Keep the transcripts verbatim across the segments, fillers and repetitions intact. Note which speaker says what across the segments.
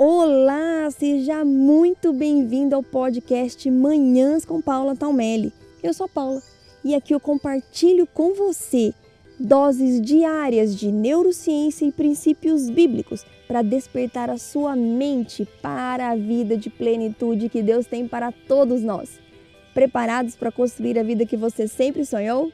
Speaker 1: Olá, seja muito bem-vindo ao podcast Manhãs com Paula Taumelli. Eu sou a Paula e aqui eu compartilho com você doses diárias de neurociência e princípios bíblicos para despertar a sua mente para a vida de plenitude que Deus tem para todos nós. Preparados para construir a vida que você sempre sonhou?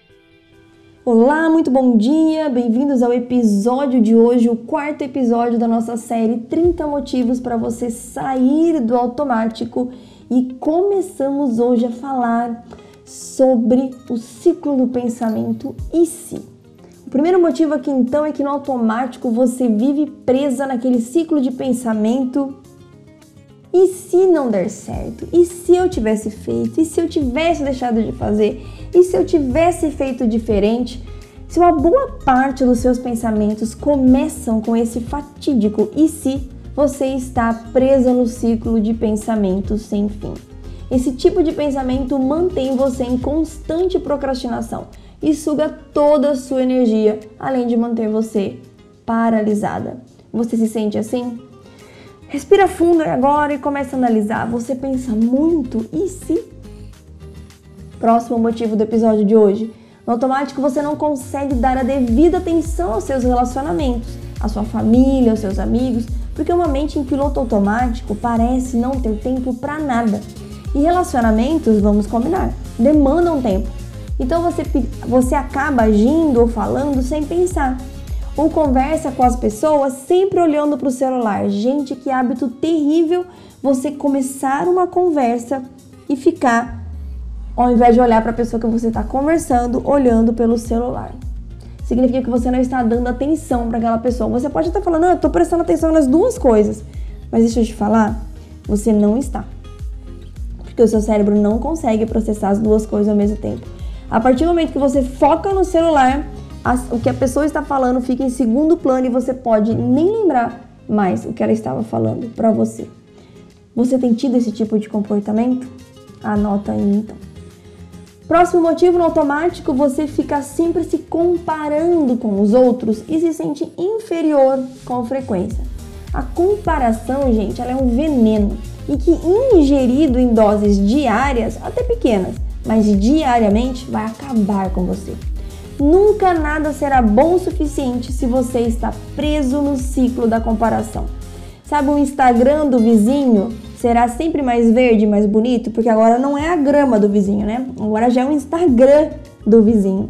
Speaker 1: Olá, muito bom dia, bem-vindos ao episódio de hoje, o quarto episódio da nossa série trinta motivos para você sair do automático, e começamos hoje a falar sobre o ciclo do pensamento e se. O primeiro motivo aqui então é que no automático você vive presa naquele ciclo de pensamento. E se não der certo? E se eu tivesse feito? E se eu tivesse deixado de fazer? E se eu tivesse feito diferente? Se uma boa parte dos seus pensamentos começam com esse fatídico e se, você está presa no ciclo de pensamentos sem fim. Esse tipo de pensamento mantém você em constante procrastinação e suga toda a sua energia, além de manter você paralisada. Você se sente assim? Respira fundo agora e começa a analisar. Você pensa muito e se? Próximo motivo do episódio de hoje. No automático você não consegue dar a devida atenção aos seus relacionamentos, à sua família, aos seus amigos, porque uma mente em piloto automático parece não ter tempo para nada. E relacionamentos, vamos combinar, demandam tempo. Então você, você acaba agindo ou falando sem pensar. Ou conversa com as pessoas sempre olhando para o celular. Gente, que hábito terrível você começar uma conversa e ficar, ao invés de olhar para a pessoa que você está conversando, olhando pelo celular. Significa que você não está dando atenção para aquela pessoa. Você pode estar falando, não, eu estou prestando atenção nas duas coisas. Mas deixa eu te falar, você não está. Porque o seu cérebro não consegue processar as duas coisas ao mesmo tempo. A partir do momento que você foca no celular, o que a pessoa está falando fica em segundo plano e você pode nem lembrar mais o que ela estava falando para você. Você tem tido esse tipo de comportamento? Anota aí então. Próximo motivo, no automático, você fica sempre se comparando com os outros e se sente inferior com frequência. A comparação, gente, ela é um veneno e que ingerido em doses diárias, até pequenas, mas diariamente, vai acabar com você. Nunca nada será bom o suficiente se você está preso no ciclo da comparação. Sabe o Instagram do vizinho? Será sempre mais verde, mais bonito? Porque agora não é a grama do vizinho, né? Agora já é o Instagram do vizinho.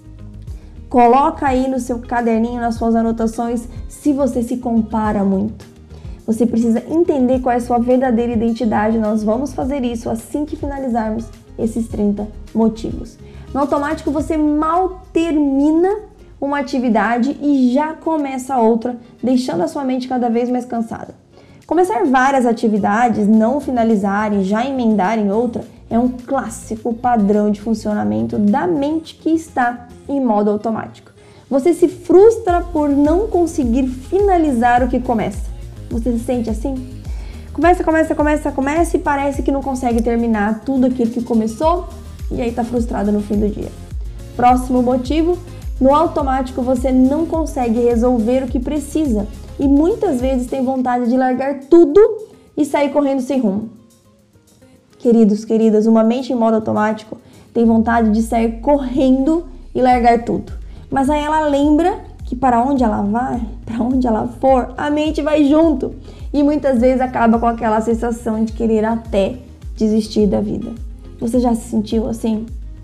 Speaker 1: Coloca aí no seu caderninho, nas suas anotações, se você se compara muito. Você precisa entender qual é a sua verdadeira identidade. Nós vamos fazer isso assim que finalizarmos esses trinta motivos. No automático, você mal termina uma atividade e já começa outra, deixando a sua mente cada vez mais cansada. Começar várias atividades, não finalizar e já emendar em outra é um clássico padrão de funcionamento da mente que está em modo automático. Você se frustra por não conseguir finalizar o que começa. Você se sente assim? Começa, começa, começa, começa e parece que não consegue terminar tudo aquilo que começou e aí tá frustrado no fim do dia. Próximo motivo, no automático você não consegue resolver o que precisa e muitas vezes tem vontade de largar tudo e sair correndo sem rumo. Queridos, queridas, uma mente em modo automático tem vontade de sair correndo e largar tudo. Mas aí ela lembra que para onde ela vai, para onde ela for, a mente vai junto. E muitas vezes acaba com aquela sensação de querer até desistir da vida. Você já se sentiu assim?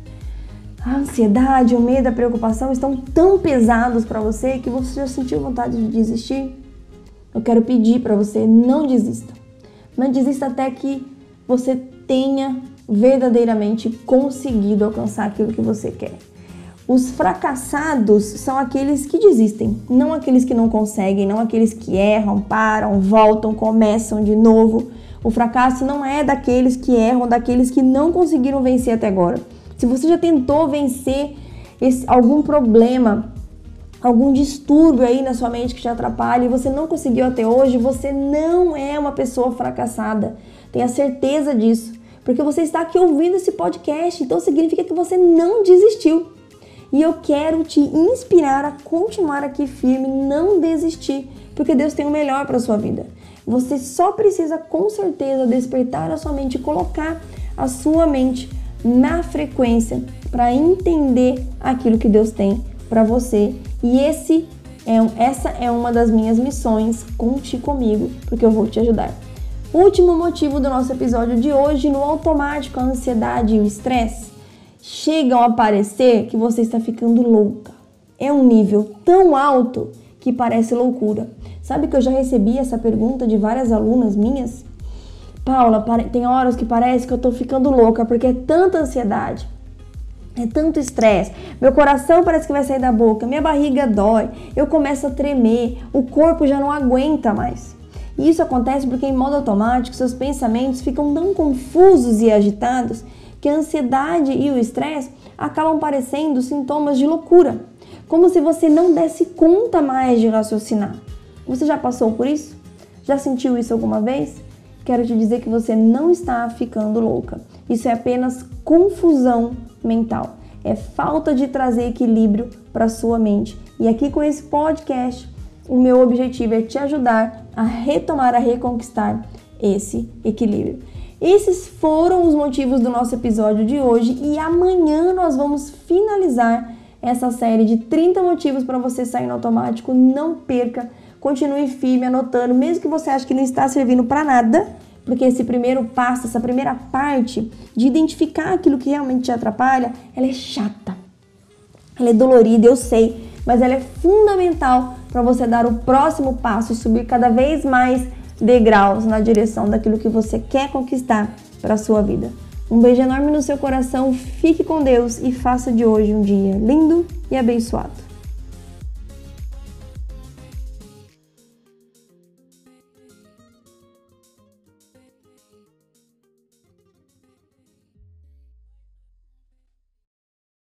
Speaker 1: A ansiedade, o medo, a preocupação estão tão pesados para você que você já sentiu vontade de desistir? Eu quero pedir para você, não desista. Não desista até que você tenha verdadeiramente conseguido alcançar aquilo que você quer. Os fracassados são aqueles que desistem, não aqueles que não conseguem, não aqueles que erram, param, voltam, começam de novo. O fracasso não é daqueles que erram, daqueles que não conseguiram vencer até agora. Se você já tentou vencer esse, algum problema, algum distúrbio aí na sua mente que te atrapalha e você não conseguiu até hoje, você não é uma pessoa fracassada. Tenha certeza disso, porque você está aqui ouvindo esse podcast, então significa que você não desistiu. E eu quero te inspirar a continuar aqui firme, não desistir, porque Deus tem o melhor para a sua vida. Você só precisa com certeza despertar a sua mente e colocar a sua mente na frequência para entender aquilo que Deus tem para você. E esse é, essa é uma das minhas missões. Conte comigo, porque eu vou te ajudar. Último motivo do nosso episódio de hoje: no automático, a ansiedade e o estresse chegam a parecer que você está ficando louca. É um nível tão alto que parece loucura. Sabe que eu já recebi essa pergunta de várias alunas minhas? Paula, tem horas que parece que eu tô ficando louca, porque é tanta ansiedade, é tanto estresse, meu coração parece que vai sair da boca, minha barriga dói, eu começo a tremer, o corpo já não aguenta mais. E isso acontece porque em modo automático seus pensamentos ficam tão confusos e agitados que a ansiedade e o estresse acabam parecendo sintomas de loucura, como se você não desse conta mais de raciocinar. Você já passou por isso? Já sentiu isso alguma vez? Quero te dizer que você não está ficando louca. Isso é apenas confusão mental. É falta de trazer equilíbrio para a sua mente. E aqui com esse podcast, o meu objetivo é te ajudar a retomar, a reconquistar esse equilíbrio. Esses foram os motivos do nosso episódio de hoje e amanhã nós vamos finalizar essa série de trinta motivos para você sair no automático. Não perca, continue firme anotando, mesmo que você ache que não está servindo para nada, porque esse primeiro passo, essa primeira parte de identificar aquilo que realmente te atrapalha, ela é chata, ela é dolorida, eu sei, mas ela é fundamental para você dar o próximo passo e subir cada vez mais degraus na direção daquilo que você quer conquistar para a sua vida. Um beijo enorme no seu coração, fique com Deus e faça de hoje um dia lindo e abençoado.